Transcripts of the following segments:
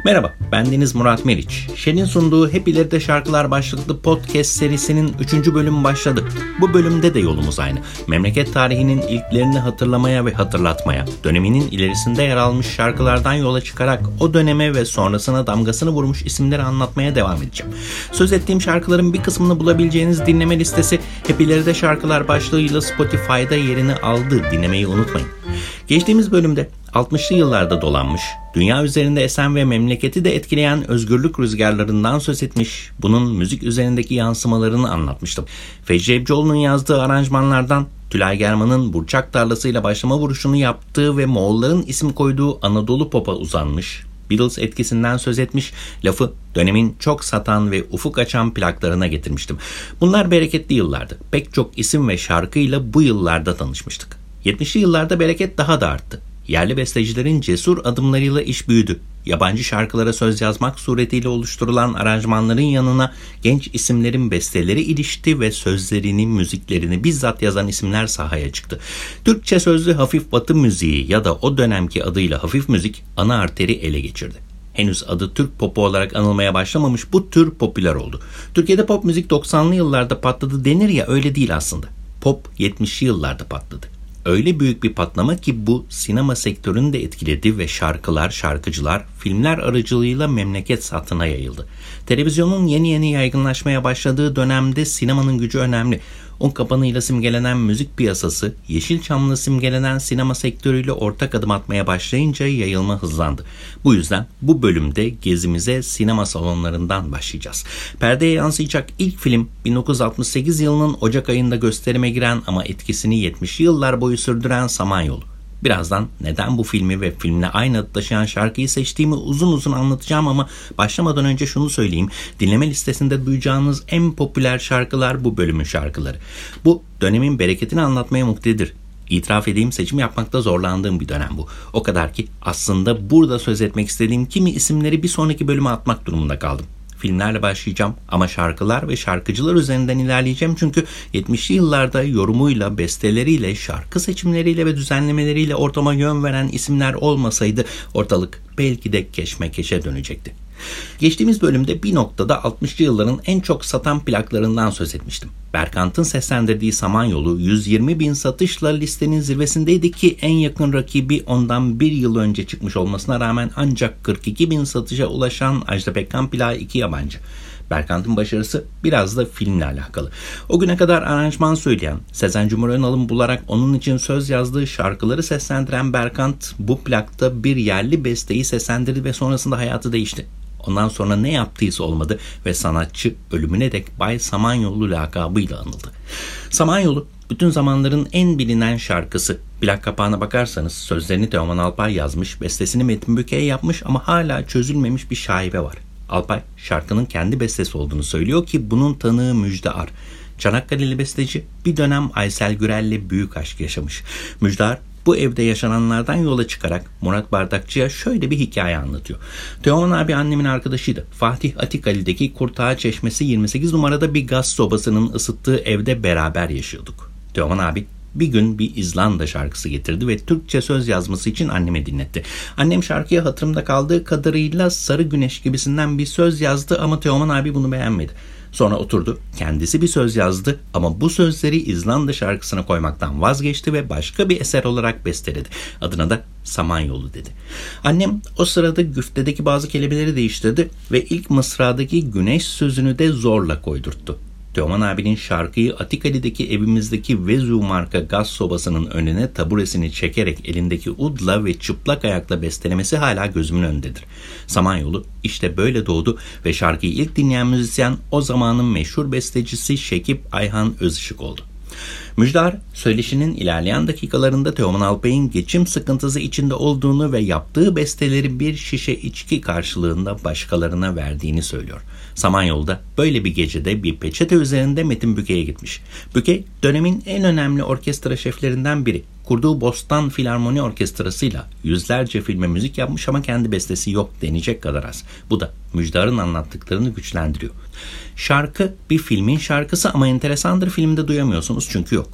Merhaba, ben Deniz Murat Meriç. Şen'in sunduğu Hep İleride Şarkılar başlıklı podcast serisinin 3. bölümü başladı. Bu bölümde de yolumuz aynı. Memleket tarihinin ilklerini hatırlamaya ve hatırlatmaya, döneminin ilerisinde yer almış şarkılardan yola çıkarak o döneme ve sonrasına damgasını vurmuş isimleri anlatmaya devam edeceğim. Söz ettiğim şarkıların bir kısmını bulabileceğiniz dinleme listesi Hep İleride Şarkılar başlığıyla Spotify'da yerini aldı. Dinlemeyi unutmayın. Geçtiğimiz bölümde 60'lı yıllarda dolanmış, dünya üzerinde esen ve memleketi de etkileyen özgürlük rüzgarlarından söz etmiş, bunun müzik üzerindeki yansımalarını anlatmıştım. Fecri Ebcioğlu'nun yazdığı aranjmanlardan Tülay German'ın Burçak Tarlası'yla başlama vuruşunu yaptığı ve Moğolların isim koyduğu Anadolu Pop'a uzanmış, Beatles etkisinden söz etmiş, lafı dönemin çok satan ve ufuk açan plaklarına getirmiştim. Bunlar bereketli yıllardı. Pek çok isim ve şarkıyla bu yıllarda tanışmıştık. 70'li yıllarda bereket daha da arttı. Yerli bestecilerin cesur adımlarıyla iş büyüdü. Yabancı şarkılara söz yazmak suretiyle oluşturulan aranjmanların yanına genç isimlerin besteleri ilişti ve sözlerini, müziklerini bizzat yazan isimler sahaya çıktı. Türkçe sözlü hafif batı müziği ya da o dönemki adıyla hafif müzik ana arteri ele geçirdi. Henüz adı Türk popu olarak anılmaya başlamamış bu tür popüler oldu. Türkiye'de pop müzik 90'lı yıllarda patladı denir ya, öyle değil aslında. Pop 70'li yıllarda patladı. Öyle büyük bir patlama ki bu sinema sektörünü de etkiledi ve şarkılar, şarkıcılar, filmler aracılığıyla memleket satına yayıldı. Televizyonun yeni yaygınlaşmaya başladığı dönemde sinemanın gücü önemli. Un kapanıyla simgelenen müzik piyasası, Yeşilçam'la simgelenen sinema sektörüyle ortak adım atmaya başlayınca yayılma hızlandı. Bu yüzden bu bölümde gezimize sinema salonlarından başlayacağız. Perdeye yansıyacak ilk film 1968 yılının Ocak ayında gösterime giren ama etkisini 70'li yıllar boyu sürdüren Samanyolu. Birazdan neden bu filmi ve filmle aynı adı taşıyan şarkıyı seçtiğimi uzun anlatacağım ama başlamadan önce şunu söyleyeyim. Dinleme listesinde duyacağınız en popüler şarkılar bu bölümün şarkıları. Bu dönemin bereketini anlatmaya muktedir. İtiraf edeyim, seçim yapmakta zorlandığım bir dönem bu. O kadar ki aslında burada söz etmek istediğim kimi isimleri bir sonraki bölüme atmak durumunda kaldım. Filmlerle başlayacağım ama şarkılar ve şarkıcılar üzerinden ilerleyeceğim çünkü 70'li yıllarda yorumuyla, besteleriyle, şarkı seçimleriyle ve düzenlemeleriyle ortama yön veren isimler olmasaydı ortalık belki de keşmekeşe dönecekti. Geçtiğimiz bölümde bir noktada 60'lı yılların en çok satan plaklarından söz etmiştim. Berkant'ın seslendirdiği Samanyolu 120 bin satışla listenin zirvesindeydi ki en yakın rakibi ondan bir yıl önce çıkmış olmasına rağmen ancak 42 bin satışa ulaşan Ajda Pekkan plağı 2 yabancı. Berkant'ın başarısı biraz da filmle alakalı. O güne kadar aranjman söyleyen, Sezen Cumhur Önal'ın bularak onun için söz yazdığı şarkıları seslendiren Berkant bu plakta bir yerli besteyi seslendirdi ve sonrasında hayatı değişti. Ondan sonra ne yaptıysa olmadı ve sanatçı ölümüne dek Bay Samanyolu lakabıyla anıldı. Samanyolu bütün zamanların en bilinen şarkısı. Plak kapağına bakarsanız sözlerini Teoman Alpay yazmış, bestesini Metin Bükey yapmış ama hala çözülmemiş bir şaibe var. Alpay şarkının kendi bestesi olduğunu söylüyor ki bunun tanığı Müjde Ar. Çanakkale'li besteci bir dönem Aysel Gürel'le büyük aşk yaşamış. Müjde Ar bu evde yaşananlardan yola çıkarak Murat Bardakçı'ya şöyle bir hikaye anlatıyor. Teoman abi annemin arkadaşıydı. Fatih Atikali'deki Kurtağı Çeşmesi 28 numarada bir gaz sobasının ısıttığı evde beraber yaşıyorduk. Teoman abi bir gün bir İzlanda şarkısı getirdi ve Türkçe söz yazması için anneme dinletti. Annem şarkıya hatırımda kaldığı kadarıyla Sarı Güneş gibisinden bir söz yazdı ama Teoman abi bunu beğenmedi. Sonra oturdu, kendisi bir söz yazdı ama bu sözleri İzlanda şarkısına koymaktan vazgeçti ve başka bir eser olarak besteledi. Adına da Samanyolu dedi. Annem o sırada güftedeki bazı kelimeleri değiştirdi ve ilk mısradaki güneş sözünü de zorla koydurttu. Teoman abinin şarkıyı Atikali'deki evimizdeki Vezu marka gaz sobasının önüne taburesini çekerek elindeki udla ve çıplak ayakla bestelemesi hala gözümün önündedir. Samanyolu işte böyle doğdu ve şarkıyı ilk dinleyen müzisyen o zamanın meşhur bestecisi Şekip Ayhan Özışık oldu. Müjde Ar, söyleşinin ilerleyen dakikalarında Teoman Alpay'ın geçim sıkıntısı içinde olduğunu ve yaptığı besteleri bir şişe içki karşılığında başkalarına verdiğini söylüyor. Samanyolu'da böyle bir gecede bir peçete üzerinde Metin Bükey'e gitmiş. Bükey dönemin en önemli orkestra şeflerinden biri. Kurduğu Bostan Filarmoni Orkestrası'yla yüzlerce filme müzik yapmış ama kendi bestesi yok denecek kadar az. Bu da Müjde Ar'ın anlattıklarını güçlendiriyor. Şarkı bir filmin şarkısı ama enteresandır, filmde duyamıyorsunuz çünkü yok.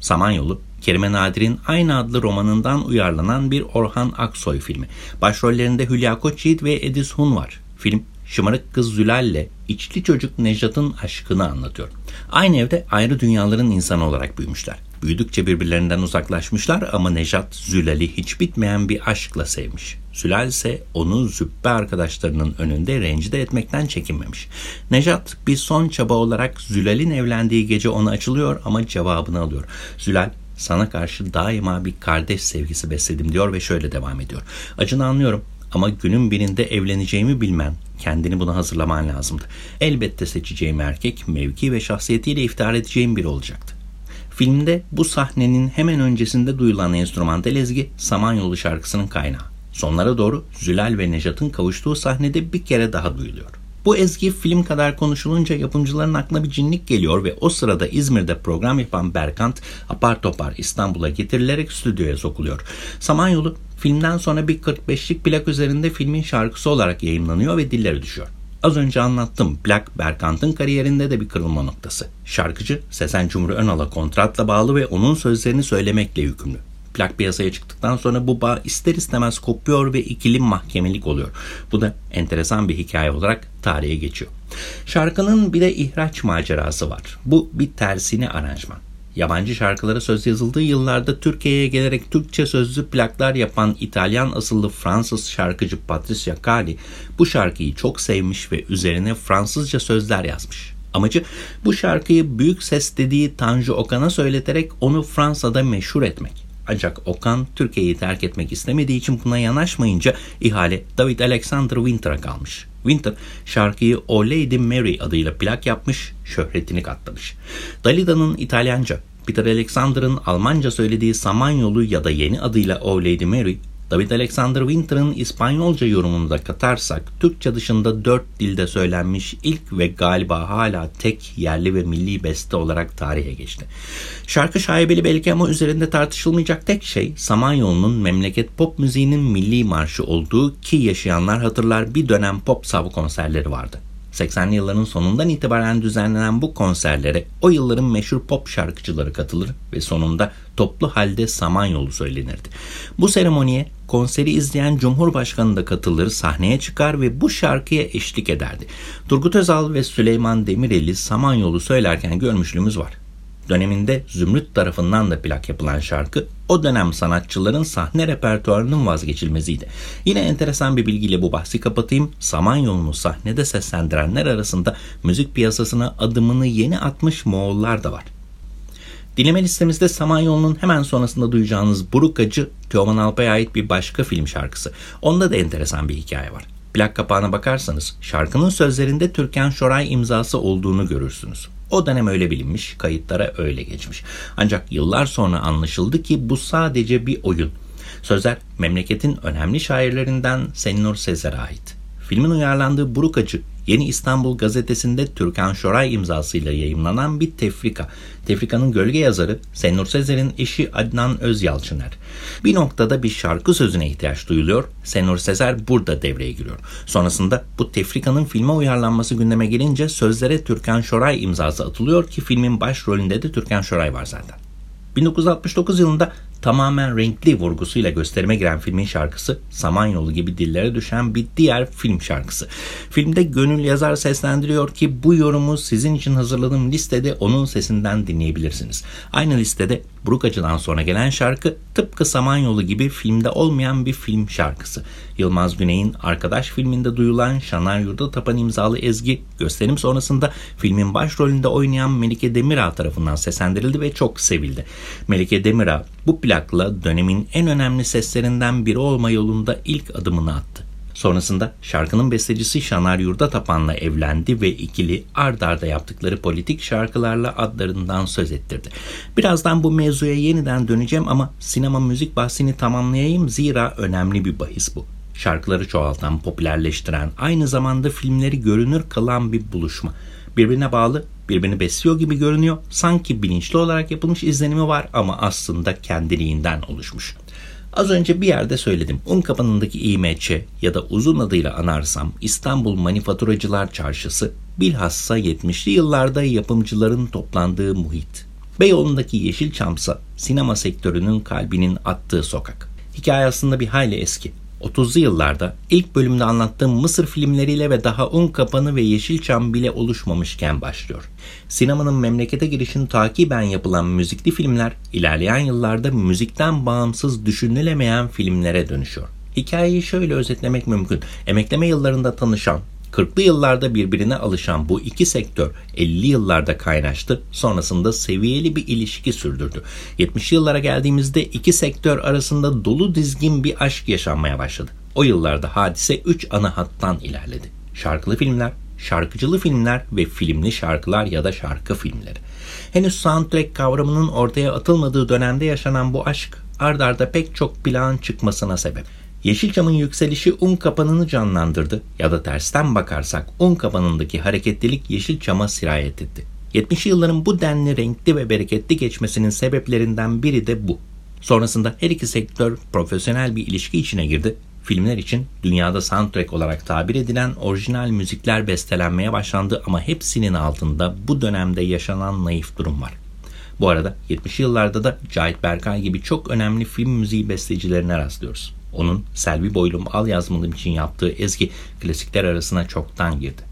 Samanyolu, Kerime Nadir'in aynı adlı romanından uyarlanan bir Orhan Aksoy filmi. Başrollerinde Hülya Koçyiğit ve Ediz Hun var. Film, şımarık kız Zülal'le içli çocuk Nejat'ın aşkını anlatıyor. Aynı evde ayrı dünyaların insanı olarak büyümüşler. Büyüdükçe birbirlerinden uzaklaşmışlar ama Nejat, Zülal'i hiç bitmeyen bir aşkla sevmiş. Zülal ise onu züppe arkadaşlarının önünde rencide etmekten çekinmemiş. Nejat bir son çaba olarak Zülal'in evlendiği gece ona açılıyor ama cevabını alıyor. Zülal, sana karşı daima bir kardeş sevgisi besledim diyor ve şöyle devam ediyor. Acını anlıyorum ama günün birinde evleneceğimi bilmen, kendini buna hazırlaman lazımdı. Elbette seçeceğim erkek, mevki ve şahsiyetiyle iftihar edeceğim biri olacaktı. Filmde bu sahnenin hemen öncesinde duyulan enstrümantal ezgi Samanyolu şarkısının kaynağı. Sonlara doğru Zülal ve Nejat'ın kavuştuğu sahnede bir kere daha duyuluyor. Bu ezgi film kadar konuşulunca yapımcıların aklına bir cinlik geliyor ve o sırada İzmir'de program yapan Berkant apar topar İstanbul'a getirilerek stüdyoya sokuluyor. Samanyolu filmden sonra bir 45'lik plak üzerinde filmin şarkısı olarak yayımlanıyor ve dillere düşüyor. Az önce anlattım, plak Berkant'ın kariyerinde de bir kırılma noktası. Şarkıcı Sezen Cumhur Önal'a kontratla bağlı ve onun sözlerini söylemekle yükümlü. Plak piyasaya çıktıktan sonra bu bağ ister istemez kopuyor ve ikili mahkemelik oluyor. Bu da enteresan bir hikaye olarak tarihe geçiyor. Şarkının bir de ihraç macerası var. Bu bir tersine aranjman. Yabancı şarkılara söz yazıldığı yıllarda Türkiye'ye gelerek Türkçe sözlü plaklar yapan İtalyan asıllı Fransız şarkıcı Patricia Cali bu şarkıyı çok sevmiş ve üzerine Fransızca sözler yazmış. Amacı bu şarkıyı büyük ses dediği Tanju Okan'a söyleterek onu Fransa'da meşhur etmek. Ancak Okan Türkiye'yi terk etmek istemediği için buna yanaşmayınca ihale David Alexander Winter'a kalmış. Winter şarkıyı O Lady Mary adıyla plak yapmış, şöhretini katlamış. Dalida'nın İtalyanca, Peter Alexander'ın Almanca söylediği Samanyolu ya da yeni adıyla O Lady Mary, David Alexander Winter'ın İspanyolca yorumunu da katarsak Türkçe dışında 4 dilde söylenmiş ilk ve galiba hala tek yerli ve milli beste olarak tarihe geçti. Şarkı şaibeli belki ama üzerinde tartışılmayacak tek şey Samanyolu'nun memleket pop müziğinin milli marşı olduğu ki yaşayanlar hatırlar bir dönem pop sav konserleri vardı. 80'li yılların sonundan itibaren düzenlenen bu konserlere o yılların meşhur pop şarkıcıları katılır ve sonunda toplu halde Samanyolu söylenirdi. Bu seremoniye konseri izleyen Cumhurbaşkanı da katılır, sahneye çıkar ve bu şarkıya eşlik ederdi. Turgut Özal ve Süleyman Demirel'i Samanyolu söylerken görmüşlüğümüz var. Döneminde Zümrüt tarafından da plak yapılan şarkı o dönem sanatçıların sahne repertuarının vazgeçilmeziydi. Yine enteresan bir bilgiyle bu bahsi kapatayım. Samanyolu'nu sahnede seslendirenler arasında müzik piyasasına adımını yeni atmış Moğollar da var. Dinleme listemizde Samanyolu'nun hemen sonrasında duyacağınız Buruk Acı, Teoman Alpay'a ait bir başka film şarkısı. Onda da enteresan bir hikaye var. Plak kapağına bakarsanız şarkının sözlerinde Türkan Şoray imzası olduğunu görürsünüz. O dönem öyle bilinmiş, kayıtlara öyle geçmiş. Ancak yıllar sonra anlaşıldı ki bu sadece bir oyun. Sözler memleketin önemli şairlerinden Senur Sezer'e ait. Filmin uyarlandığı Buruk Acı, Yeni İstanbul gazetesinde Türkan Şoray imzasıyla yayımlanan bir tefrika. Tefrikanın gölge yazarı Senur Sezer'in eşi Adnan Özyalçıner. Bir noktada bir şarkı sözüne ihtiyaç duyuluyor. Senur Sezer burada devreye giriyor. Sonrasında bu tefrikanın filme uyarlanması gündeme gelince sözlere Türkan Şoray imzası atılıyor ki filmin başrolünde de Türkan Şoray var zaten. 1969 yılında tamamen renkli vurgusuyla gösterime giren filmin şarkısı Samanyolu gibi dillere düşen bir diğer film şarkısı. Filmde Gönül Yazar seslendiriyor ki bu yorumu sizin için hazırladığım listede onun sesinden dinleyebilirsiniz. Aynı listede Buruk Acı'dan sonra gelen şarkı tıpkı Samanyolu gibi filmde olmayan bir film şarkısı. Yılmaz Güney'in Arkadaş filminde duyulan Şanar Yurda imzalı ezgi gösterim sonrasında filmin başrolünde oynayan Melike Demirağ tarafından seslendirildi ve çok sevildi. Melike Demirağ bu plakla dönemin en önemli seslerinden biri olma yolunda ilk adımını attı. Sonrasında şarkının bestecisi Şanar Yurda evlendi ve ikili ard arda yaptıkları politik şarkılarla adlarından söz ettirdi. Birazdan bu mevzuya yeniden döneceğim ama sinema müzik bahsini tamamlayayım zira önemli bir bahis bu. Şarkıları çoğaltan, popülerleştiren, aynı zamanda filmleri görünür kılan bir buluşma. Birbirine bağlı, birbirini besliyor gibi görünüyor. Sanki bilinçli olarak yapılmış izlenimi var ama aslında kendiliğinden oluşmuş. Az önce bir yerde söyledim. Unkapanı'ndaki İMÇ ya da uzun adıyla anarsam İstanbul Manifaturacılar Çarşısı bilhassa 70'li yıllarda yapımcıların toplandığı muhit. Beyoğlu'ndaki Yeşilçam'sa sinema sektörünün kalbinin attığı sokak. Hikaye aslında bir hayli eski. 30'lu yıllarda ilk bölümde anlattığım Mısır filmleriyle ve daha Unkapanı ve Yeşilçam bile oluşmamışken başlıyor. Sinemanın memlekete girişini takiben yapılan müzikli filmler ilerleyen yıllarda müzikten bağımsız düşünülemeyen filmlere dönüşüyor. Hikayeyi şöyle özetlemek mümkün. Emekleme yıllarında tanışan, 40'lı yıllarda birbirine alışan bu iki sektör 50'li yıllarda kaynaştı, sonrasında seviyeli bir ilişki sürdürdü. 70'li yıllara geldiğimizde iki sektör arasında dolu dizgin bir aşk yaşanmaya başladı. O yıllarda hadise 3 ana hattan ilerledi. Şarkılı filmler, şarkıcılı filmler ve filmli şarkılar ya da şarkı filmleri. Henüz soundtrack kavramının ortaya atılmadığı dönemde yaşanan bu aşk ard arda pek çok plan çıkmasına sebep. Yeşilçam'ın yükselişi Unkapanı'nı canlandırdı ya da tersten bakarsak Unkapanı'ndaki hareketlilik Yeşilçam'a sirayet etti. 70'li yılların bu denli renkli ve bereketli geçmesinin sebeplerinden biri de bu. Sonrasında her iki sektör profesyonel bir ilişki içine girdi. Filmler için dünyada soundtrack olarak tabir edilen orijinal müzikler bestelenmeye başlandı ama hepsinin altında bu dönemde yaşanan naif durum var. Bu arada 70'li yıllarda da Cahit Berkay gibi çok önemli film müziği bestecilerine rastlıyoruz. Onun Selvi Boylum Al Yazmalım için yaptığı ezgi klasikler arasına çoktan girdi.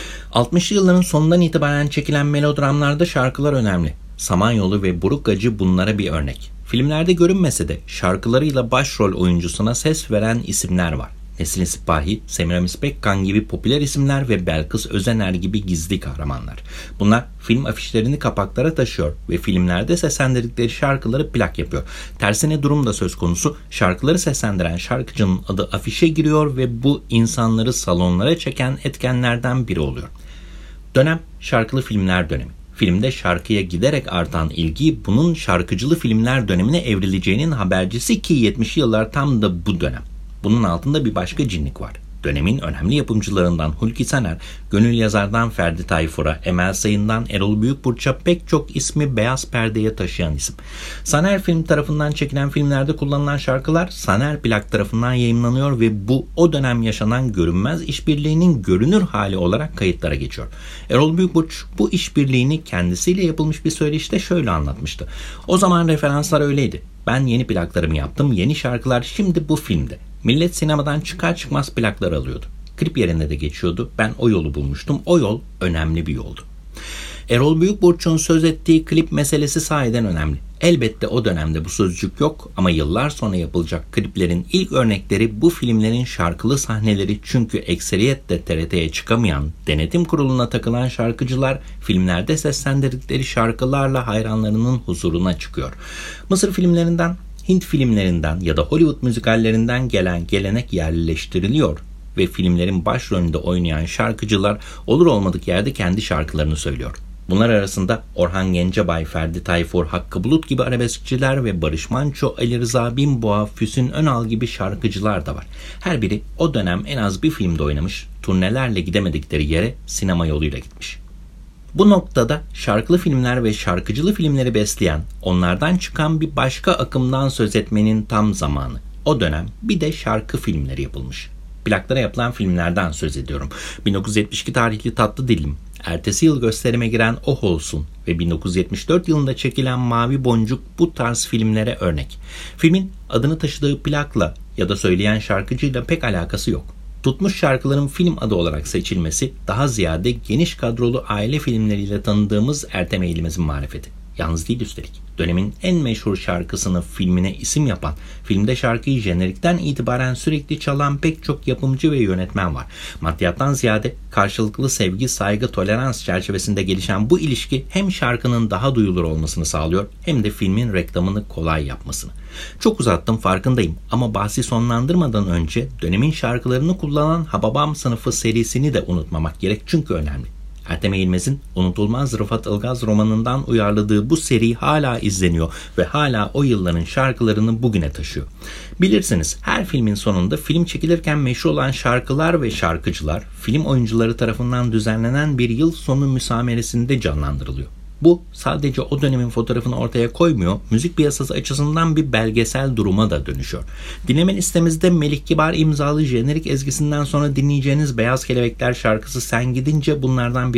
60'lı yılların sonundan itibaren çekilen melodramlarda şarkılar önemli. Samanyolu ve Buruk Acı bunlara bir örnek. Filmlerde görünmese de şarkılarıyla başrol oyuncusuna ses veren isimler var. Nesrin Sipahi, Semiramis Pekkan gibi popüler isimler ve Belkıs Özener gibi gizli kahramanlar. Bunlar film afişlerini kapaklara taşıyor ve filmlerde seslendirdikleri şarkıları plak yapıyor. Tersine durum da söz konusu. Şarkıları seslendiren şarkıcının adı afişe giriyor ve bu insanları salonlara çeken etkenlerden biri oluyor. Dönem şarkılı filmler dönemi. Filmde şarkıya giderek artan ilgi bunun şarkıcılı filmler dönemine evrileceğinin habercisi ki 70'li yıllar tam da bu dönem. Bunun altında bir başka cinlik var. Dönemin önemli yapımcılarından Hulki Saner, Gönül Yazar'dan Ferdi Tayfur'a, Emel Sayın'dan Erol Büyükburç'a pek çok ismi beyaz perdeye taşıyan isim. Saner Film tarafından çekilen filmlerde kullanılan şarkılar Saner Plak tarafından yayımlanıyor ve bu o dönem yaşanan görünmez işbirliğinin görünür hali olarak kayıtlara geçiyor. Erol Büyükburç bu işbirliğini kendisiyle yapılmış bir söyleşide şöyle anlatmıştı. O zaman referanslar öyleydi. Ben yeni plaklarımı yaptım, yeni şarkılar şimdi bu filmde. Millet sinemadan çıkar çıkmaz plaklar alıyordu. Klip yerinde de geçiyordu. Ben o yolu bulmuştum. O yol önemli bir yoldu. Erol Büyükburç'un söz ettiği klip meselesi sahiden önemli. Elbette o dönemde bu sözcük yok ama yıllar sonra yapılacak kliplerin ilk örnekleri bu filmlerin şarkılı sahneleri çünkü ekseriyetle TRT'ye çıkamayan, denetim kuruluna takılan şarkıcılar filmlerde seslendirdikleri şarkılarla hayranlarının huzuruna çıkıyor. Mısır filmlerinden, Hint filmlerinden ya da Hollywood müzikallerinden gelen gelenek yerleştiriliyor ve filmlerin başrolünde oynayan şarkıcılar olur olmadık yerde kendi şarkılarını söylüyor. Bunlar arasında Orhan Gencebay, Ferdi Tayfur, Hakkı Bulut gibi arabeskçiler ve Barış Manço, Ali Rıza Binboğa, Füsun Önal gibi şarkıcılar da var. Her biri o dönem en az bir filmde oynamış, turnelerle gidemedikleri yere sinema yoluyla gitmiş. Bu noktada şarkılı filmler ve şarkıcılı filmleri besleyen, onlardan çıkan bir başka akımdan söz etmenin tam zamanı. O dönem bir de şarkı filmleri yapılmış. Plaklara yapılan filmlerden söz ediyorum. 1972 tarihli Tatlı Dilim, ertesi yıl gösterime giren Oh Olsun ve 1974 yılında çekilen Mavi Boncuk bu tarz filmlere örnek. Filmin adını taşıdığı plakla ya da söyleyen şarkıcıyla pek alakası yok. Tutmuş şarkıların film adı olarak seçilmesi daha ziyade geniş kadrolu aile filmleriyle tanıdığımız Ertem Eğilmez'in marifeti. Yalnız değil üstelik. Dönemin en meşhur şarkısını filmine isim yapan, filmde şarkıyı jenerikten itibaren sürekli çalan pek çok yapımcı ve yönetmen var. Maddiyattan ziyade karşılıklı sevgi, saygı, tolerans çerçevesinde gelişen bu ilişki hem şarkının daha duyulur olmasını sağlıyor hem de filmin reklamını kolay yapmasını. Çok uzattım farkındayım ama bahsi sonlandırmadan önce dönemin şarkılarını kullanan Hababam Sınıfı serisini de unutmamak gerek çünkü önemli. Ertem Eğilmez'in Unutulmaz Rıfat Ilgaz romanından uyarladığı bu seri hala izleniyor ve hala o yılların şarkılarını bugüne taşıyor. Bilirsiniz her filmin sonunda film çekilirken meşhur olan şarkılar ve şarkıcılar film oyuncuları tarafından düzenlenen bir yıl sonu müsameresinde canlandırılıyor. Bu sadece o dönemin fotoğrafını ortaya koymuyor, müzik piyasası açısından bir belgesel duruma da dönüşüyor. Dinleme listemizde Melih Kibar imzalı jenerik ezgisinden sonra dinleyeceğiniz Beyaz Kelebekler şarkısı Sen Gidince bunlardan biri.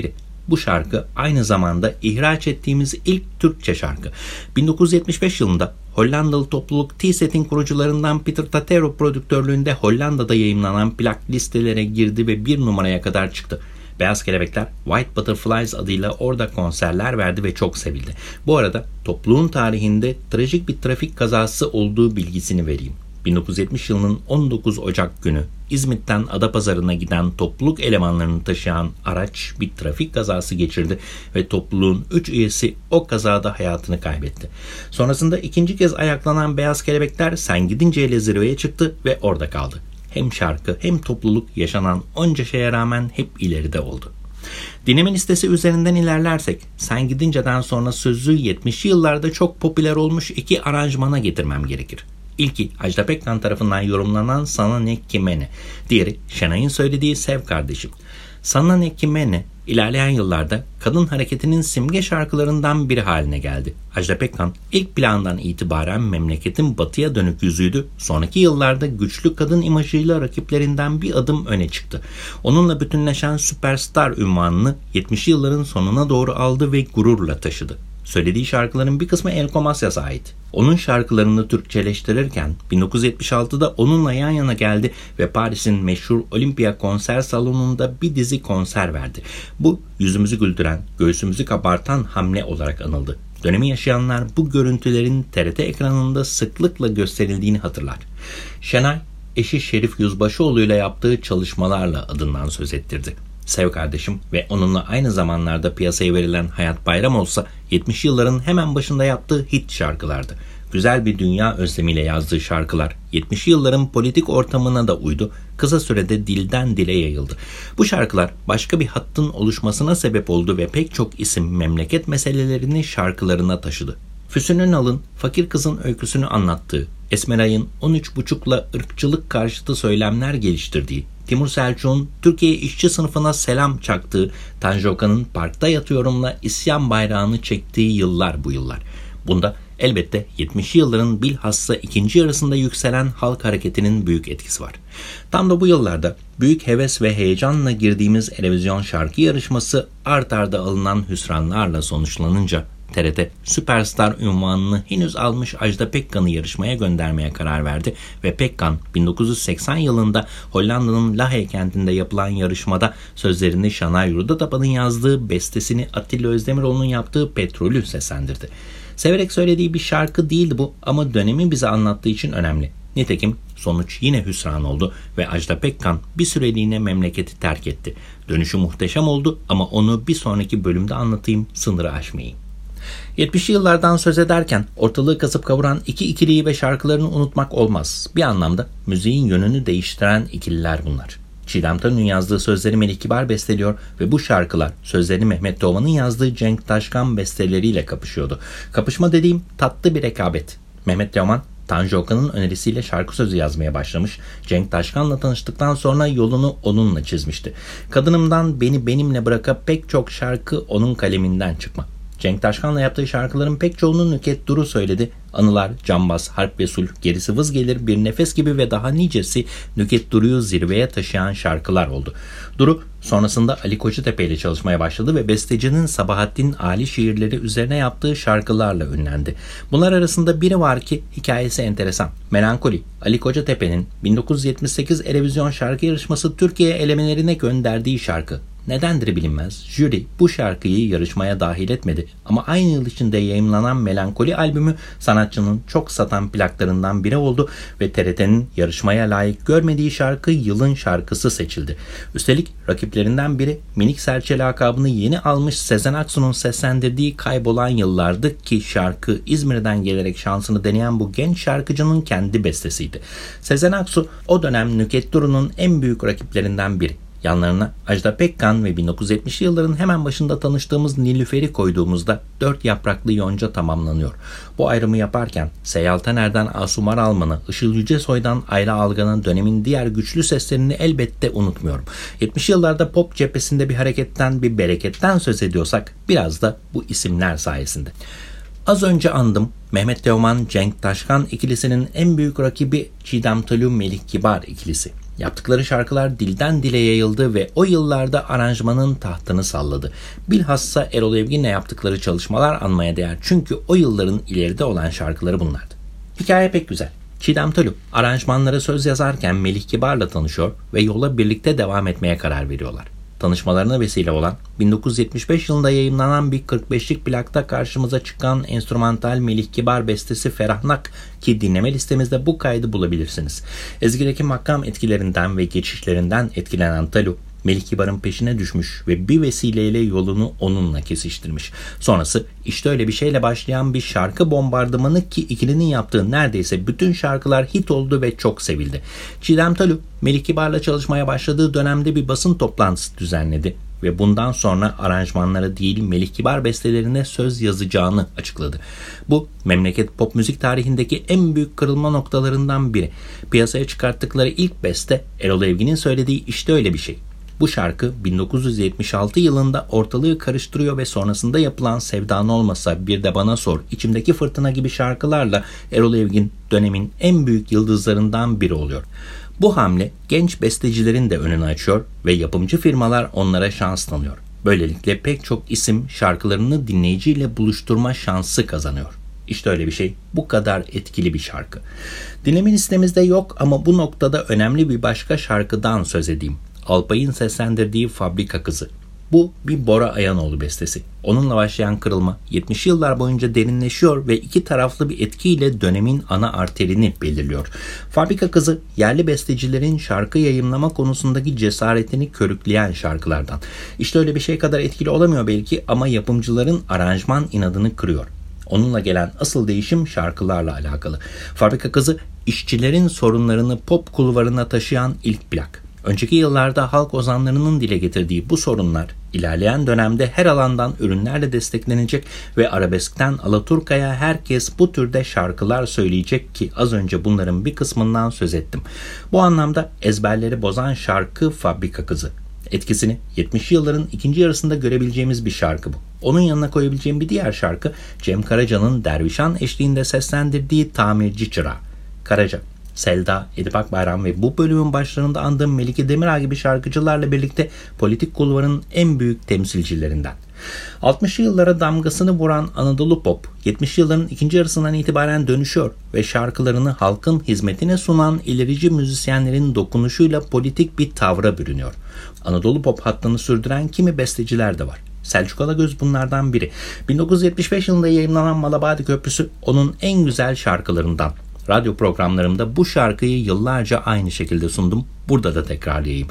Bu şarkı aynı zamanda ihraç ettiğimiz ilk Türkçe şarkı. 1975 yılında Hollandalı topluluk T-Set'in kurucularından Peter Tatero prodüktörlüğünde Hollanda'da yayımlanan plak listelere girdi ve 1 numaraya kadar çıktı. Beyaz Kelebekler White Butterflies adıyla orada konserler verdi ve çok sevildi. Bu arada topluluğun tarihinde trajik bir trafik kazası olduğu bilgisini vereyim. 1970 yılının 19 Ocak günü İzmit'ten Adapazarı'na giden topluluk elemanlarını taşıyan araç bir trafik kazası geçirdi ve topluluğun 3 üyesi o kazada hayatını kaybetti. Sonrasında ikinci kez ayaklanan Beyaz Kelebekler Sen Gidince'yle zirveye çıktı ve orada kaldı. Hem şarkı hem topluluk yaşanan onca şeye rağmen hep ileride oldu. Dinleme listesi üzerinden ilerlersek Sen Gidince'den sonra sözü 70'li yıllarda çok popüler olmuş 2 aranjmana getirmem gerekir. İlki Ajda Pekkan tarafından yorumlanan Sana Ne Kime Ne, diğeri Şenay'ın söylediği Sev Kardeşim. Sana Ne Kime Ne ilerleyen yıllarda kadın hareketinin simge şarkılarından biri haline geldi. Ajda Pekkan ilk plandan itibaren memleketin batıya dönük yüzüydü. Sonraki yıllarda güçlü kadın imajıyla rakiplerinden bir adım öne çıktı. Onunla bütünleşen süperstar unvanını 70'li yılların sonuna doğru aldı ve gururla taşıdı. Söylediği şarkıların bir kısmı Enrico Macias'a ait. Onun şarkılarını Türkçeleştirirken 1976'da onunla yan yana geldi ve Paris'in meşhur Olympia konser salonunda bir dizi konser verdi. Bu yüzümüzü güldüren, göğsümüzü kabartan hamle olarak anıldı. Dönemi yaşayanlar bu görüntülerin TRT ekranında sıklıkla gösterildiğini hatırlar. Şenay, eşi Şerif Yüzbaşıoğlu ile yaptığı çalışmalarla adından söz ettirdi. Sev Kardeşim ve onunla aynı zamanlarda piyasaya verilen Hayat Bayram Olsa 70 yılların hemen başında yaptığı hit şarkılardı. Güzel bir dünya özlemiyle yazdığı şarkılar 70 yılların politik ortamına da uydu, kısa sürede dilden dile yayıldı. Bu şarkılar başka bir hattın oluşmasına sebep oldu ve pek çok isim memleket meselelerini şarkılarına taşıdı. Füsun Ünal'ın fakir kızın öyküsünü anlattığı, Esmeray'ın 13,5'la ırkçılık karşıtı söylemler geliştirdiği, Timur Selçuk'un Türkiye işçi sınıfına selam çaktığı, Tanju Okan'ın Parkta Yatıyorum'la isyan bayrağını çektiği yıllar bu yıllar. Bunda elbette 70'li yılların bilhassa ikinci yarısında yükselen halk hareketinin büyük etkisi var. Tam da bu yıllarda büyük heves ve heyecanla girdiğimiz Eurovision şarkı yarışması art arda alınan hüsranlarla sonuçlanınca TRT Süperstar unvanını henüz almış Ajda Pekkan'ı yarışmaya göndermeye karar verdi ve Pekkan 1980 yılında Hollanda'nın Lahey kentinde yapılan yarışmada sözlerini Şanay Rudatapan'ın yazdığı, bestesini Atilla Özdemiroğlu'nun yaptığı Petrol'ü seslendirdi. Severek söylediği bir şarkı değildi bu ama dönemi bize anlattığı için önemli. Nitekim sonuç yine hüsran oldu ve Ajda Pekkan bir süreliğine memleketi terk etti. Dönüşü muhteşem oldu ama onu bir sonraki bölümde anlatayım, sınırı aşmayayım. 70'li yıllardan söz ederken ortalığı kasıp kavuran iki ikiliyi ve şarkılarını unutmak olmaz. Bir anlamda müziğin yönünü değiştiren ikililer bunlar. Çiğdem Toy'un yazdığı sözleri Melih Kibar besteliyor ve bu şarkılar sözlerini Mehmet Teoman'ın yazdığı Cenk Taşkan besteleriyle kapışıyordu. Kapışma dediğim tatlı bir rekabet. Mehmet Teoman, Tanju Okan'ın önerisiyle şarkı sözü yazmaya başlamış. Cenk Taşkan'la tanıştıktan sonra yolunu onunla çizmişti. Kadınımdan Beni Benimle Bırak'a pek çok şarkı onun kaleminden çıkma. Cenk Taşkan'la yaptığı şarkıların pek çoğunu Nükhet Duru söyledi. Anılar, Cambaz, Harp ve Sulh, Gerisi Vız Gelir, Bir Nefes gibi ve daha nicesi Nükhet Duru'yu zirveye taşıyan şarkılar oldu. Duru sonrasında Ali Koçutepe ile çalışmaya başladı ve bestecinin Sabahattin Ali şiirleri üzerine yaptığı şarkılarla ünlendi. Bunlar arasında biri var ki hikayesi enteresan. Melankoli, Ali Koçutepe'nin 1978 Eurovision şarkı yarışması Türkiye elemelerine gönderdiği şarkı. Nedendir bilinmez, jüri bu şarkıyı yarışmaya dahil etmedi ama aynı yıl içinde yayımlanan Melankoli albümü sanatçının çok satan plaklarından biri oldu ve TRT'nin yarışmaya layık görmediği şarkı yılın şarkısı seçildi. Üstelik rakiplerinden biri Minik Serçe lakabını yeni almış Sezen Aksu'nun seslendirdiği Kaybolan Yıllardı ki şarkı İzmir'den gelerek şansını deneyen bu genç şarkıcının kendi bestesiydi. Sezen Aksu o dönem Nükhet Duru'nun en büyük rakiplerinden biri. Yanlarına Ajda Pekkan ve 1970'li yılların hemen başında tanıştığımız Nilüfer'i koyduğumuzda 4 yapraklı yonca tamamlanıyor. Bu ayrımı yaparken Seyyal Taner'den Asuman Alman'ı, Işıl Yücesoy'dan Ayla Algan'ın dönemin diğer güçlü seslerini elbette unutmuyorum. 70'li yıllarda pop cephesinde bir hareketten, bir bereketten söz ediyorsak biraz da bu isimler sayesinde. Az önce andım, Mehmet Teoman, Cenk Taşkan ikilisinin en büyük rakibi Çiğdem Toy'un Melih Kibar ikilisi. Yaptıkları şarkılar dilden dile yayıldı ve o yıllarda aranjmanın tahtını salladı. Bilhassa Erol Evgin'le yaptıkları çalışmalar anmaya değer. Çünkü o yılların ileride olan şarkıları bunlardı. Hikaye pek güzel. Çiğdem Taluk aranjmanlara söz yazarken Melih Kibar'la tanışıyor ve yola birlikte devam etmeye karar veriyorlar. Tanışmalarına vesile olan 1975 yılında yayımlanan bir 45'lik plakta karşımıza çıkan enstrümantal Melih Kibar bestesi Ferahnak ki dinleme listemizde bu kaydı bulabilirsiniz. Ezgi'deki makam etkilerinden ve geçişlerinden etkilenen Taluk, Melih Kibar'ın peşine düşmüş ve bir vesileyle yolunu onunla kesiştirmiş. Sonrası işte öyle bir şeyle başlayan bir şarkı bombardımanı ki ikilinin yaptığı neredeyse bütün şarkılar hit oldu ve çok sevildi. Çiğdem Taluk, Melih Kibar'la çalışmaya başladığı dönemde bir basın toplantısı düzenledi ve bundan sonra aranjmanlara değil Melih Kibar bestelerine söz yazacağını açıkladı. Bu memleket pop müzik tarihindeki en büyük kırılma noktalarından biri. Piyasaya çıkarttıkları ilk beste Erol Evgin'in söylediği işte öyle bir şey. Bu şarkı 1976 yılında ortalığı karıştırıyor ve sonrasında yapılan Sevdan Olmasa, Bir de Bana Sor, İçimdeki Fırtına gibi şarkılarla Erol Evgin dönemin en büyük yıldızlarından biri oluyor. Bu hamle genç bestecilerin de önünü açıyor ve yapımcı firmalar onlara şans tanıyor. Böylelikle pek çok isim şarkılarını dinleyiciyle buluşturma şansı kazanıyor. İşte öyle bir şey, bu kadar etkili bir şarkı. Dinleme listemizde yok ama bu noktada önemli bir başka şarkıdan söz edeyim. Alpay'ın seslendirdiği Fabrika Kızı. Bu bir Bora Ayanoğlu bestesi. Onunla başlayan kırılma 70 yıllar boyunca derinleşiyor ve iki taraflı bir etkiyle dönemin ana arterini belirliyor. Fabrika Kızı yerli bestecilerin şarkı yayımlama konusundaki cesaretini körükleyen şarkılardan. İşte öyle bir şey kadar etkili olamıyor belki ama yapımcıların aranjman inadını kırıyor. Onunla gelen asıl değişim şarkılarla alakalı. Fabrika Kızı işçilerin sorunlarını pop kulvarına taşıyan ilk plak. Önceki yıllarda halk ozanlarının dile getirdiği bu sorunlar ilerleyen dönemde her alandan ürünlerle desteklenecek ve arabeskten alaturkaya herkes bu türde şarkılar söyleyecek ki az önce bunların bir kısmından söz ettim. Bu anlamda ezberleri bozan şarkı Fabrika Kızı. Etkisini 70 yılların ikinci yarısında görebileceğimiz bir şarkı bu. Onun yanına koyabileceğim bir diğer şarkı Cem Karaca'nın Dervişan eşliğinde seslendirdiği Tamirci Çırağı. Karaca, Selda, Edip Akbayram ve bu bölümün başlarında andığım Melike Demirağ gibi şarkıcılarla birlikte politik kulvarın en büyük temsilcilerinden. 60'lı yıllara damgasını vuran Anadolu Pop, 70 yılların ikinci yarısından itibaren dönüşüyor ve şarkılarını halkın hizmetine sunan ilerici müzisyenlerin dokunuşuyla politik bir tavra bürünüyor. Anadolu Pop hattını sürdüren kimi besteciler de var. Selçuk Alagöz bunlardan biri. 1975 yılında yayımlanan Malabadi Köprüsü onun en güzel şarkılarından. Radyo programlarımda bu şarkıyı yıllarca aynı şekilde sundum. Burada da tekrarlayayım.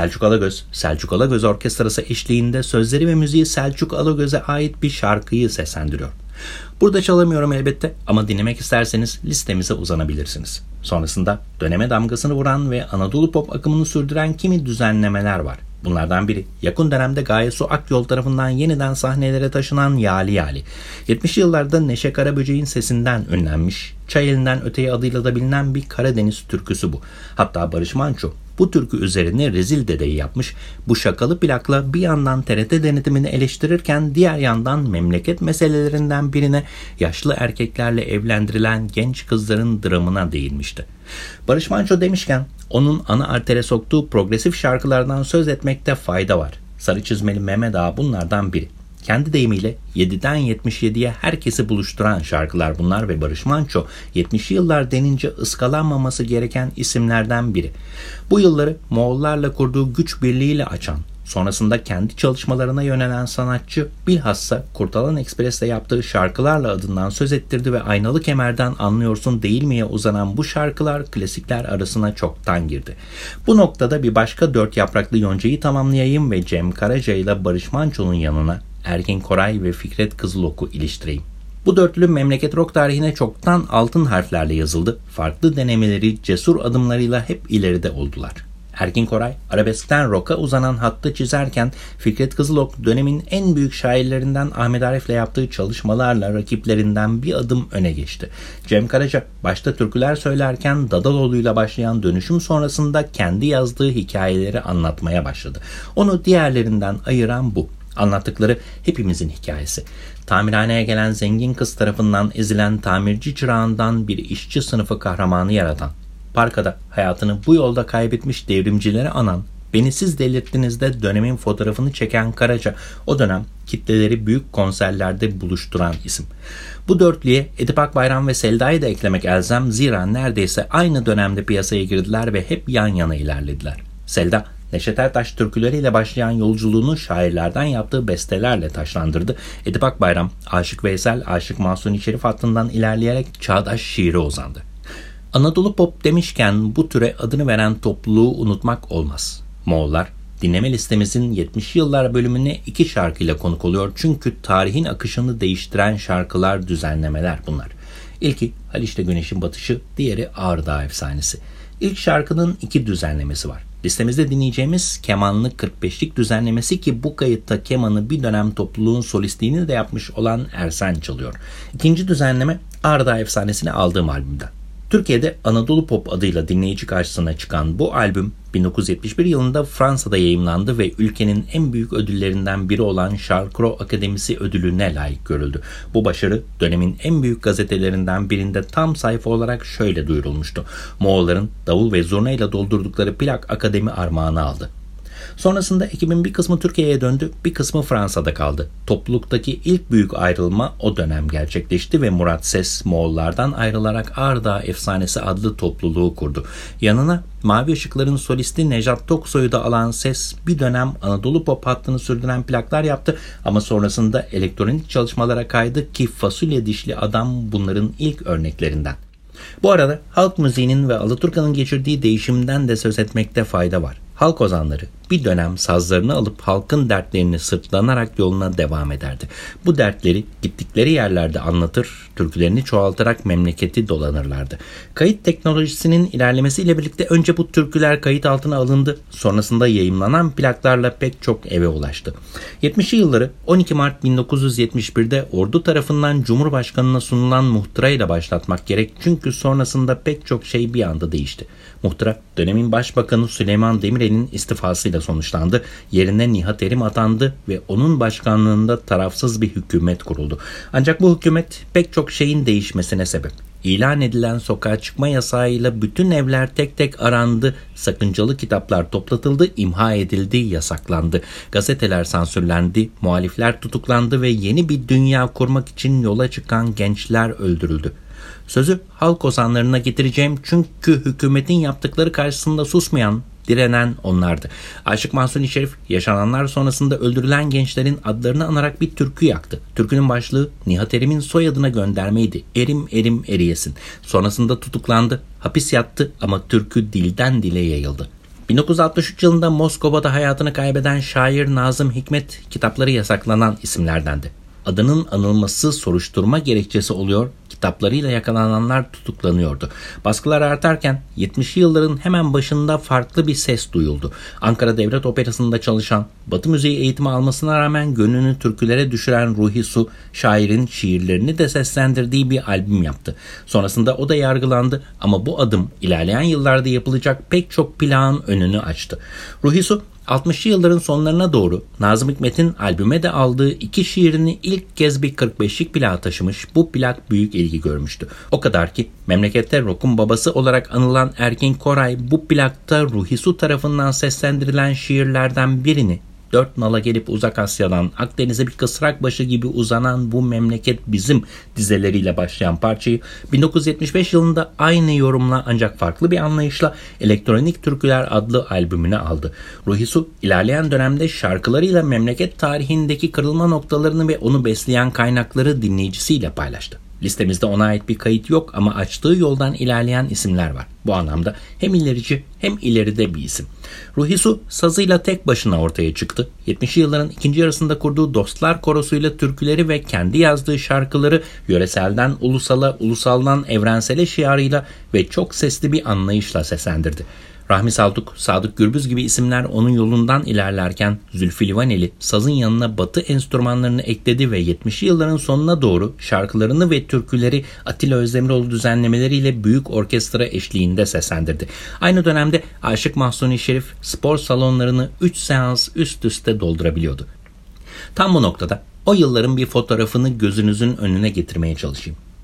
Selçuk Alagöz Orkestrası eşliğinde sözleri ve müziği Selçuk Alagöz'e ait bir şarkıyı seslendiriyor. Burada çalamıyorum elbette ama dinlemek isterseniz listemize uzanabilirsiniz. Sonrasında döneme damgasını vuran ve Anadolu Pop akımını sürdüren kimi düzenlemeler var. Bunlardan biri yakın dönemde Gaye Su Akyol tarafından yeniden sahnelere taşınan Yali Yali. 70'li yıllarda Neşe Karaböcek'in sesinden ünlenmiş, Çay Elinden Öteye adıyla da bilinen bir Karadeniz türküsü bu. Hatta Barış Manço bu türkü üzerine Rezil Dede'yi yapmış. Bu şakalı plakla bir yandan TRT denetimini eleştirirken diğer yandan memleket meselelerinden birine yaşlı erkeklerle evlendirilen genç kızların dramına değinmişti. Barış Manço demişken onun ana artere soktuğu progresif şarkılardan söz etmekte fayda var. Sarı Çizmeli Mehmet Ağa bunlardan biri. Kendi deyimiyle 7'den 77'ye herkesi buluşturan şarkılar bunlar ve Barış Manço 70'li yıllar denince ıskalanmaması gereken isimlerden biri. Bu yılları Moğollarla kurduğu güç birliğiyle açan, sonrasında kendi çalışmalarına yönelen sanatçı bilhassa Kurtalan Ekspres'te yaptığı şarkılarla adından söz ettirdi ve Aynalı Kemer'den Anlıyorsun Değil mi'ye uzanan bu şarkılar klasikler arasına çoktan girdi. Bu noktada bir başka dört yapraklı yoncayı tamamlayayım ve Cem Karaca ile Barış Manço'nun yanına Erkin Koray ve Fikret Kızılok'u iliştireyim. Bu dörtlü memleket rock tarihine çoktan altın harflerle yazıldı. Farklı denemeleri, cesur adımlarıyla hep ileride oldular. Erkin Koray, arabeskten rock'a uzanan hattı çizerken Fikret Kızılok dönemin en büyük şairlerinden Ahmet Arif'le yaptığı çalışmalarla rakiplerinden bir adım öne geçti. Cem Karaca başta türküler söylerken Dadaloğlu'yla başlayan dönüşüm sonrasında kendi yazdığı hikayeleri anlatmaya başladı. Onu diğerlerinden ayıran bu. Anlattıkları hepimizin hikayesi. Tamirhaneye gelen zengin kız tarafından ezilen tamirci çırağından bir işçi sınıfı kahramanı yaratan, Parkada hayatını bu yolda kaybetmiş devrimcileri anan, Beni Siz Delirttiniz'de dönemin fotoğrafını çeken Karaca, o dönem kitleleri büyük konserlerde buluşturan isim. Bu dörtlüye Edip Akbayram ve Selda'yı da eklemek elzem, zira neredeyse aynı dönemde piyasaya girdiler ve hep yan yana ilerlediler. Selda, Neşet Ertaş türküleriyle başlayan yolculuğunu şairlerden yaptığı bestelerle taşlandırdı. Edip Akbayram, Aşık Veysel, Aşık Mahsuni Şerif hattından ilerleyerek çağdaş şiire uzandı. Anadolu Pop demişken bu türe adını veren topluluğu unutmak olmaz. Moğollar, dinleme listemizin 70'li yıllar bölümüne 2 şarkıyla konuk oluyor. Çünkü tarihin akışını değiştiren şarkılar, düzenlemeler bunlar. İlki Haliç'te Güneşin Batışı, diğeri Ağrı Dağı Efsanesi. İlk şarkının 2 düzenlemesi var. Listemizde dinleyeceğimiz kemanlı 45'lik düzenlemesi ki bu kayıtta kemanı bir dönem topluluğun solistliğini de yapmış olan Ersen çalıyor. İkinci düzenleme Ağrı Dağı Efsanesi'ni aldığım albümden. Türkiye'de Anadolu Pop adıyla dinleyici karşısına çıkan bu albüm 1971 yılında Fransa'da yayımlandı ve ülkenin en büyük ödüllerinden biri olan Charles Cros Akademisi ödülüne layık görüldü. Bu başarı dönemin en büyük gazetelerinden birinde tam sayfa olarak şöyle duyurulmuştu: Moğolların davul ve zurna ile doldurdukları plak akademi armağanı aldı. Sonrasında ekibin bir kısmı Türkiye'ye döndü, bir kısmı Fransa'da kaldı. Topluluktaki ilk büyük ayrılma o dönem gerçekleşti ve Murat Ses Moğollardan ayrılarak Ağrı Dağı Efsanesi adlı topluluğu kurdu. Yanına Mavi Işıklar'ın solisti Nejat Toksoy'u da alan Ses bir dönem Anadolu Pop hattını sürdüren plaklar yaptı ama sonrasında elektronik çalışmalara kaydı ki Fasulye Dişli Adam bunların ilk örneklerinden. Bu arada halk müziğinin ve Alaturka'nın geçirdiği değişimden de söz etmekte fayda var. Halk ozanları bir dönem sazlarını alıp halkın dertlerini sırtlanarak yoluna devam ederdi. Bu dertleri gittikleri yerlerde anlatır, türkülerini çoğaltarak memleketi dolanırlardı. Kayıt teknolojisinin ilerlemesiyle birlikte önce bu türküler kayıt altına alındı, sonrasında yayımlanan plaklarla pek çok eve ulaştı. 70'li yılları 12 Mart 1971'de ordu tarafından Cumhurbaşkanı'na sunulan muhtırayla başlatmak gerek çünkü sonrasında pek çok şey bir anda değişti. Muhtıra dönemin Başbakanı Süleyman Demirel'in istifasıyla sonuçlandı. Yerine Nihat Erim atandı ve onun başkanlığında tarafsız bir hükümet kuruldu. Ancak bu hükümet pek çok şeyin değişmesine sebep. İlan edilen sokağa çıkma yasağıyla bütün evler tek tek arandı, sakıncalı kitaplar toplatıldı, imha edildi, yasaklandı. Gazeteler sansürlendi, muhalifler tutuklandı ve yeni bir dünya kurmak için yola çıkan gençler öldürüldü. Sözü halk ozanlarına getireceğim çünkü hükümetin yaptıkları karşısında susmayan, direnen onlardı. Aşık Mahsuni Şerif yaşananlar sonrasında öldürülen gençlerin adlarını anarak bir türkü yaktı. Türkünün başlığı Nihat Erim'in soyadına göndermeydi. Erim erim eriyesin. Sonrasında tutuklandı, hapis yattı ama türkü dilden dile yayıldı. 1963 yılında Moskova'da hayatını kaybeden şair Nazım Hikmet kitapları yasaklanan isimlerdendi. Adının anılması soruşturma gerekçesi oluyor, kitaplarıyla yakalananlar tutuklanıyordu. Baskılar artarken 70'li yılların hemen başında farklı bir ses duyuldu. Ankara Devlet Operası'nda çalışan, Batı müziği eğitimi almasına rağmen gönlünü türkülere düşüren Ruhi Su, şairin şiirlerini de seslendirdiği bir albüm yaptı. Sonrasında o da yargılandı ama bu adım ilerleyen yıllarda yapılacak pek çok plağın önünü açtı. Ruhi Su, 60'lı yılların sonlarına doğru Nazım Hikmet'in albüme de aldığı 2 şiirini ilk kez bir 45'lik plağa taşımış. Bu plak büyük ilgi görmüştü. O kadar ki memlekette rock'un babası olarak anılan Erkin Koray bu plakta Ruhi Su tarafından seslendirilen şiirlerden birini, 4 nala gelip Uzak Asya'dan Akdeniz'e bir kısrak başı gibi uzanan bu memleket bizim dizeleriyle başlayan parçayı 1975 yılında aynı yorumla ancak farklı bir anlayışla Elektronik Türküler adlı albümüne aldı. Ruhi Su ilerleyen dönemde şarkılarıyla memleket tarihindeki kırılma noktalarını ve onu besleyen kaynakları dinleyicisiyle paylaştı. Listemizde ona ait bir kayıt yok ama açtığı yoldan ilerleyen isimler var. Bu anlamda hem ilerici hem ileride bir isim. Ruhi Su sazıyla tek başına ortaya çıktı. 70'li yılların ikinci yarısında kurduğu Dostlar Korosu'yla türküleri ve kendi yazdığı şarkıları yöreselden ulusala, ulusaldan evrensele şiarıyla ve çok sesli bir anlayışla seslendirdi. Rahmi Saltuk, Sadık Gürbüz gibi isimler onun yolundan ilerlerken Zülfü Livaneli sazın yanına batı enstrümanlarını ekledi ve 70'li yılların sonuna doğru şarkılarını ve türküleri Atilla Özdemiroğlu düzenlemeleriyle büyük orkestra eşliğinde seslendirdi. Aynı dönemde Aşık Mahsuni Şerif spor salonlarını 3 seans üst üste doldurabiliyordu. Tam bu noktada o yılların bir fotoğrafını gözünüzün önüne getirmeye çalışayım.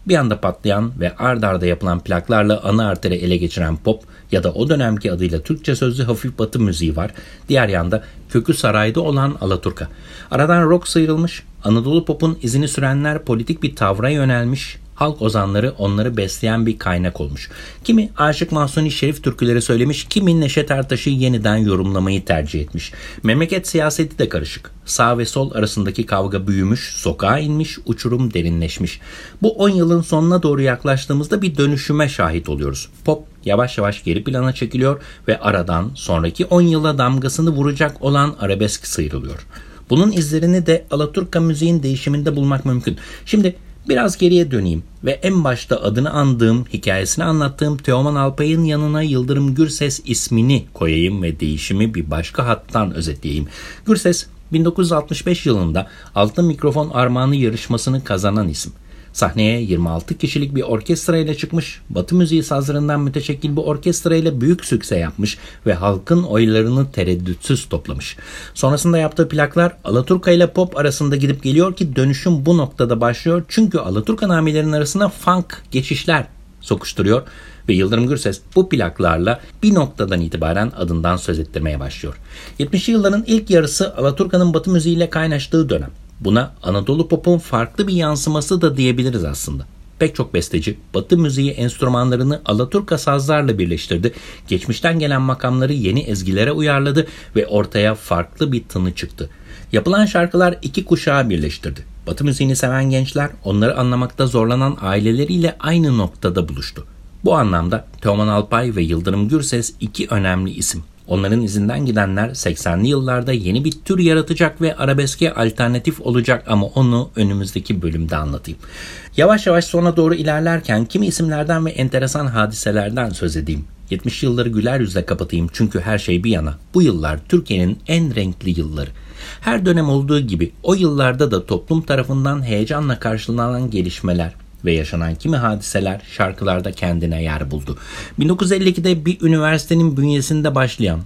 Bir anda patlayan ve ard arda yapılan plaklarla ana arteri ele geçiren pop ya da o dönemki adıyla Türkçe sözlü hafif batı müziği var. Diğer yanda kökü sarayda olan alaturka. Aradan rock sıyrılmış, Anadolu pop'un izini sürenler politik bir tavra yönelmiş, halk ozanları onları besleyen bir kaynak olmuş. Kimi Aşık Mahzuni Şerif türküleri söylemiş, kimi Neşet Ertaş'ı yeniden yorumlamayı tercih etmiş. Memleket siyaseti de karışık. Sağ ve sol arasındaki kavga büyümüş, sokağa inmiş, uçurum derinleşmiş. Bu 10 yılın sonuna doğru yaklaştığımızda bir dönüşüme şahit oluyoruz. Pop yavaş yavaş geri plana çekiliyor ve aradan sonraki 10 yıla damgasını vuracak olan arabesk sıyrılıyor. Bunun izlerini de alaturka müziğin değişiminde bulmak mümkün. Şimdi biraz geriye döneyim ve en başta adını andığım, hikayesini anlattığım Teoman Alpay'ın yanına Yıldırım Gürses ismini koyayım ve değişimi bir başka hattan özetleyeyim. Gürses 1965 yılında Altın Mikrofon Armağanı yarışmasını kazanan isim. Sahneye 26 kişilik bir orkestra ile çıkmış, Batı müziği sazlarından müteşekkil bu orkestra ile büyük sükse yapmış ve halkın oylarını tereddütsüz toplamış. Sonrasında yaptığı plaklar alaturka ile pop arasında gidip geliyor ki dönüşüm bu noktada başlıyor. Çünkü alaturka namilerin arasına funk geçişler sokuşturuyor ve Yıldırım Gürses bu plaklarla bir noktadan itibaren adından söz ettirmeye başlıyor. 70'li yılların ilk yarısı alaturkanın Batı müziğiyle kaynaştığı dönem. Buna Anadolu pop'un farklı bir yansıması da diyebiliriz aslında. Pek çok besteci Batı müziği enstrümanlarını alaturka sazlarla birleştirdi, geçmişten gelen makamları yeni ezgilere uyarladı ve ortaya farklı bir tını çıktı. Yapılan şarkılar iki kuşağı birleştirdi. Batı müziğini seven gençler onları anlamakta zorlanan aileleriyle aynı noktada buluştu. Bu anlamda Teoman Alpay ve Yıldırım Gürses iki önemli isim. Onların izinden gidenler 80'li yıllarda yeni bir tür yaratacak ve arabeske alternatif olacak ama onu önümüzdeki bölümde anlatayım. Yavaş yavaş sona doğru ilerlerken kimi isimlerden ve enteresan hadiselerden söz edeyim. 70 yılları güler yüzle kapatayım çünkü her şey bir yana. Bu yıllar Türkiye'nin en renkli yılları. Her dönem olduğu gibi o yıllarda da toplum tarafından heyecanla karşılanan gelişmeler ve yaşanan kimi hadiseler şarkılarda kendine yer buldu. 1952'de bir üniversitenin bünyesinde başlayan,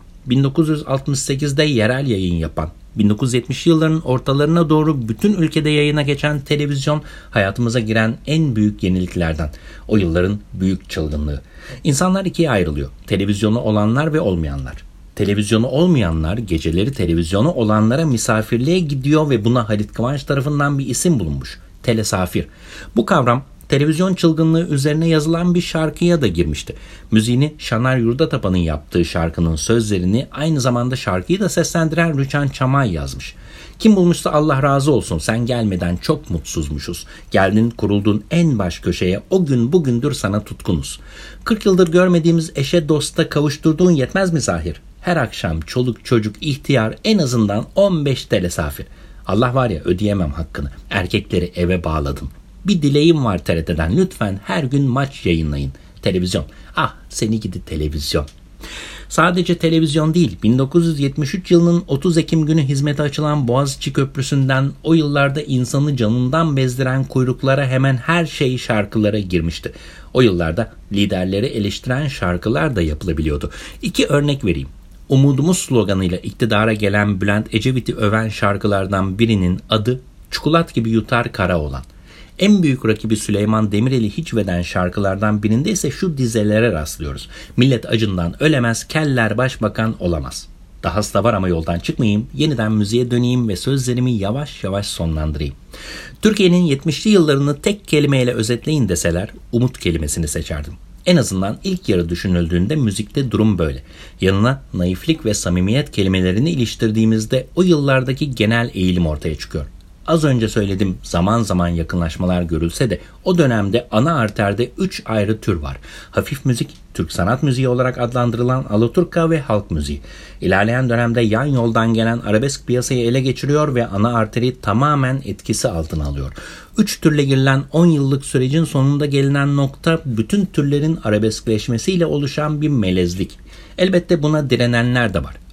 1968'de yerel yayın yapan, 1970 yılların ortalarına doğru bütün ülkede yayına geçen televizyon hayatımıza giren en büyük yeniliklerden. O yılların büyük çılgınlığı. İnsanlar ikiye ayrılıyor. Televizyonu olanlar ve olmayanlar. Televizyonu olmayanlar geceleri televizyonu olanlara misafirliğe gidiyor ve buna Halit Kıvanç tarafından bir isim bulunmuş. Telesafir. Bu kavram televizyon çılgınlığı üzerine yazılan bir şarkıya da girmişti. Müziğini Şanar Yurdatapan'ın yaptığı şarkının sözlerini aynı zamanda şarkıyı da seslendiren Rüçhan Çamay yazmış. Kim bulmuşsa Allah razı olsun, sen gelmeden çok mutsuzmuşuz. Geldin kuruldun en baş köşeye, o gün bugündür sana tutkunuz. 40 yıldır görmediğimiz eşe dosta kavuşturduğun yetmez mi Zahir? Her akşam çoluk çocuk ihtiyar en azından 15 telesafir. Allah var ya ödeyemem hakkını. Erkekleri eve bağladım. Bir dileğim var TRT'den. Lütfen her gün maç yayınlayın. Televizyon. Ah seni gidi televizyon. Sadece televizyon değil. 1973 yılının 30 Ekim günü hizmete açılan Boğaziçi Köprüsü'nden o yıllarda insanı canından bezdiren kuyruklara hemen her şey şarkılara girmişti. O yıllarda liderleri eleştiren şarkılar da yapılabiliyordu. İki örnek vereyim. Umudumuz sloganıyla iktidara gelen Bülent Ecevit'i öven şarkılardan birinin adı Çikolat gibi yutar kara olan. En büyük rakibi Süleyman Demirel'i hiçveden şarkılardan birinde ise şu dizelere rastlıyoruz. Millet acından ölemez, keller başbakan olamaz. Dahası da var ama yoldan çıkmayayım, yeniden müziğe döneyim ve sözlerimi yavaş yavaş sonlandırayım. Türkiye'nin 70'li yıllarını tek kelimeyle özetleyin deseler, umut kelimesini seçerdim. En azından ilk yarı düşünüldüğünde müzikte durum böyle. Yanına naiflik ve samimiyet kelimelerini iliştirdiğimizde o yıllardaki genel eğilim ortaya çıkıyor. Az önce söyledim, zaman zaman yakınlaşmalar görülse de o dönemde ana arterde 3 ayrı tür var. Hafif müzik, Türk sanat müziği olarak adlandırılan alaturka ve halk müziği. İlerleyen dönemde yan yoldan gelen arabesk piyasayı ele geçiriyor ve ana arteri tamamen etkisi altına alıyor. 3 türle girilen 10 yıllık sürecin sonunda gelinen nokta bütün türlerin arabeskleşmesiyle oluşan bir melezlik. Elbette buna direnenler de var.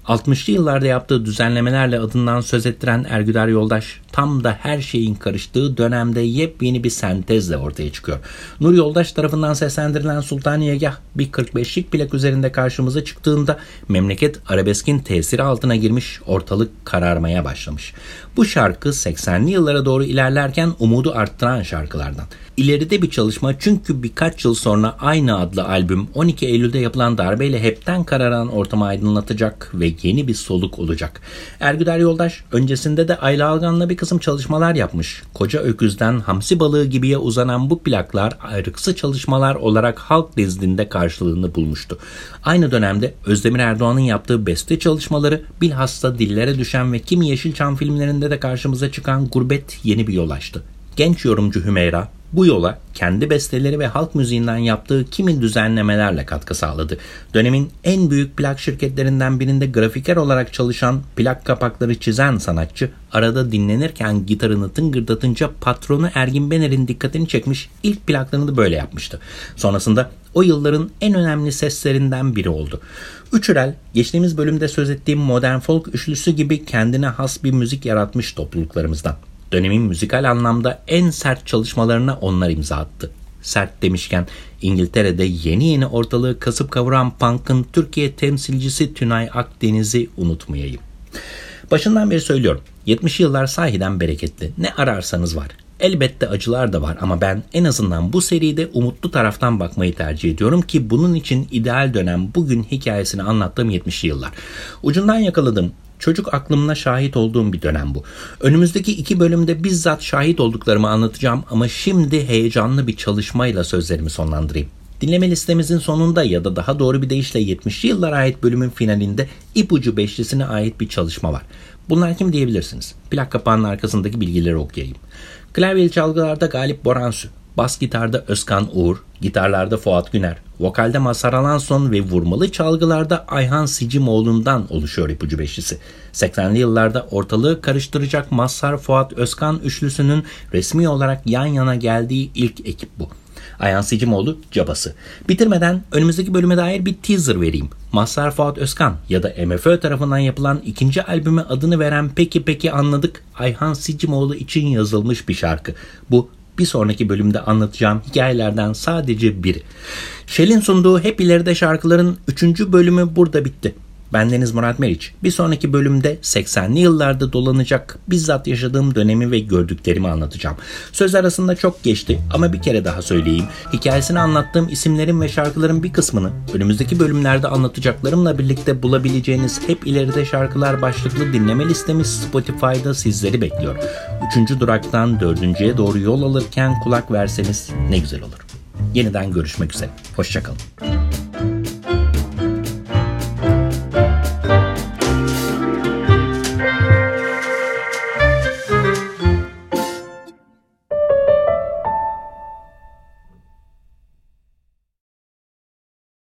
60'lı yıllarda yaptığı düzenlemelerle adından söz ettiren Ergüder Yoldaş tam da her şeyin karıştığı dönemde yepyeni bir sentezle ortaya çıkıyor. Nur Yoldaş tarafından seslendirilen Sultaniyegah bir 45'lik plak üzerinde karşımıza çıktığında memleket arabeskin tesiri altına girmiş, ortalık kararmaya başlamış. Bu şarkı 80'li yıllara doğru ilerlerken umudu arttıran şarkılardan. İleride bir çalışma çünkü birkaç yıl sonra aynı adlı albüm 12 Eylül'de yapılan darbeyle hepten kararan ortamı aydınlatacak ve yeni bir soluk olacak. Ergüder Yoldaş öncesinde de Ayla Algan'la bir kısım çalışmalar yapmış. Koca Öküz'den Hamsi Balığı gibiye uzanan bu plaklar ayrıksı çalışmalar olarak halk nezdinde karşılığını bulmuştu. Aynı dönemde Özdemir Erdoğan'ın yaptığı beste çalışmaları, bilhassa dillere düşen ve kimi Yeşilçam filmlerinde de karşımıza çıkan Gurbet yeni bir yol açtı. Genç yorumcu Hümeyra bu yola kendi besteleri ve halk müziğinden yaptığı kimi düzenlemelerle katkı sağladı. Dönemin en büyük plak şirketlerinden birinde grafiker olarak çalışan, plak kapakları çizen sanatçı, arada dinlenirken gitarını tıngırdatınca patronu Ergin Bener'in dikkatini çekmiş, ilk plaklarını da böyle yapmıştı. Sonrasında o yılların en önemli seslerinden biri oldu. Üçürel, geçtiğimiz bölümde söz ettiğim modern folk üçlüsü gibi kendine has bir müzik yaratmış topluluklarımızdan. Dönemin müzikal anlamda en sert çalışmalarına onlar imza attı. Sert demişken İngiltere'de yeni ortalığı kasıp kavuran punk'ın Türkiye temsilcisi Tünay Akdeniz'i unutmayayım. Başından beri söylüyorum, 70'li yıllar sahiden bereketli. Ne ararsanız var. Elbette acılar da var ama ben en azından bu seride umutlu taraftan bakmayı tercih ediyorum ki bunun için ideal dönem bugün hikayesini anlattığım 70'li yıllar. Ucundan yakaladığım, çocuk aklımla şahit olduğum bir dönem bu. Önümüzdeki 2 bölümde bizzat şahit olduklarımı anlatacağım ama şimdi heyecanlı bir çalışmayla sözlerimi sonlandırayım. Dinleme listemizin sonunda ya da daha doğru bir deyişle 70'li yıllara ait bölümün finalinde İpucu Beşlisi'ne ait bir çalışma var. Bunlar kim diyebilirsiniz? Plak kapağının arkasındaki bilgileri okuyayım. Klavyeli çalgılarda Galip Boransu, bas gitarda Özkan Uğur, gitarlarda Fuat Güner, vokalde Mazhar Alanson ve vurmalı çalgılarda Ayhan Sicimoğlu'ndan oluşuyor İpucu Beşlisi. 80'li yıllarda ortalığı karıştıracak Mazhar Fuat Özkan üçlüsünün resmi olarak yan yana geldiği ilk ekip bu. Ayhan Sicimoğlu cabası. Bitirmeden önümüzdeki bölüme dair bir teaser vereyim. Mazhar Fuat Özkan ya da MFÖ tarafından yapılan ikinci albüme adını veren Peki Anladık, Ayhan Sicimoğlu için yazılmış bir şarkı. Bu bir sonraki bölümde anlatacağım hikayelerden sadece biri. Shell'in sunduğu Hep İleride şarkıların 3. bölümü burada bitti. Bendeniz Murat Meriç. Bir sonraki bölümde 80'li yıllarda dolanacak bizzat yaşadığım dönemi ve gördüklerimi anlatacağım. Söz arasında çok geçti ama bir kere daha söyleyeyim. Hikayesini anlattığım isimlerin ve şarkıların bir kısmını önümüzdeki bölümlerde anlatacaklarımla birlikte bulabileceğiniz Hep İleride Şarkılar başlıklı dinleme listemiz Spotify'da sizleri bekliyor. 3. duraktan 4.'ye doğru yol alırken kulak verseniz ne güzel olur. Yeniden görüşmek üzere. Hoşça kalın.